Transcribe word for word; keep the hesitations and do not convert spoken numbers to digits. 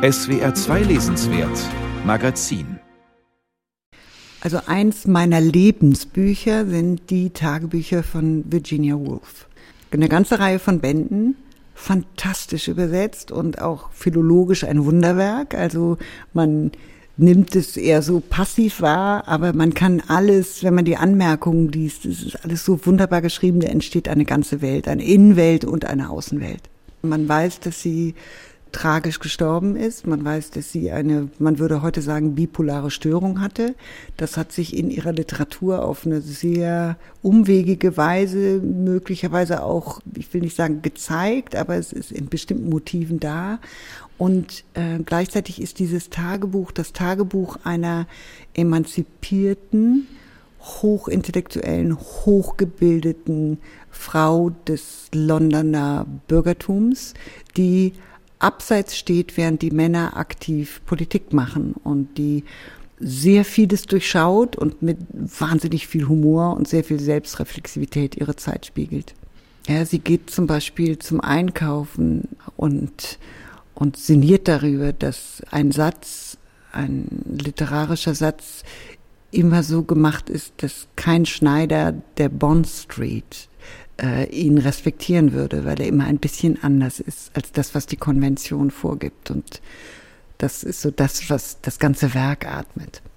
S W R zwei Lesenswert Magazin. Also eins meiner Lebensbücher sind die Tagebücher von Virginia Woolf. Eine ganze Reihe von Bänden, fantastisch übersetzt und auch philologisch ein Wunderwerk. Also man nimmt es eher so passiv wahr, aber man kann alles, wenn man die Anmerkungen liest, es ist alles so wunderbar geschrieben, da entsteht eine ganze Welt, eine Innenwelt und eine Außenwelt. Man weiß, dass sie tragisch gestorben ist. Man weiß, dass sie eine, man würde heute sagen, bipolare Störung hatte. Das hat sich in ihrer Literatur auf eine sehr umwegige Weise, möglicherweise auch, ich will nicht sagen gezeigt, aber es ist in bestimmten Motiven da. Und äh, gleichzeitig ist dieses Tagebuch das Tagebuch einer emanzipierten, hochintellektuellen, hochgebildeten Frau des Londoner Bürgertums, die abseits steht, während die Männer aktiv Politik machen und die sehr vieles durchschaut und mit wahnsinnig viel Humor und sehr viel Selbstreflexivität ihre Zeit spiegelt. Ja, sie geht zum Beispiel zum Einkaufen und, und sinniert darüber, dass ein Satz, ein literarischer Satz immer so gemacht ist, dass kein Schneider der Bond Street äh, ihn respektieren würde, weil er immer ein bisschen anders ist als das, was die Konvention vorgibt. Und das ist so das, was das ganze Werk atmet.